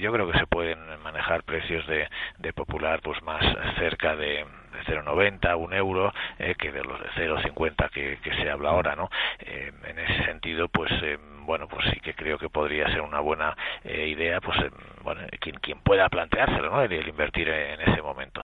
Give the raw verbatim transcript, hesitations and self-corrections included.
yo creo que se pueden manejar precios de, de Popular pues más cerca de cero coma noventa, un euro, eh, que de los de cero coma cincuenta que, que se habla ahora, ¿no? Eh, en ese sentido, pues eh, bueno, pues sí que creo que podría ser una buena eh, idea, pues eh, bueno, quien, quien pueda planteárselo, ¿no? El, el invertir en ese momento.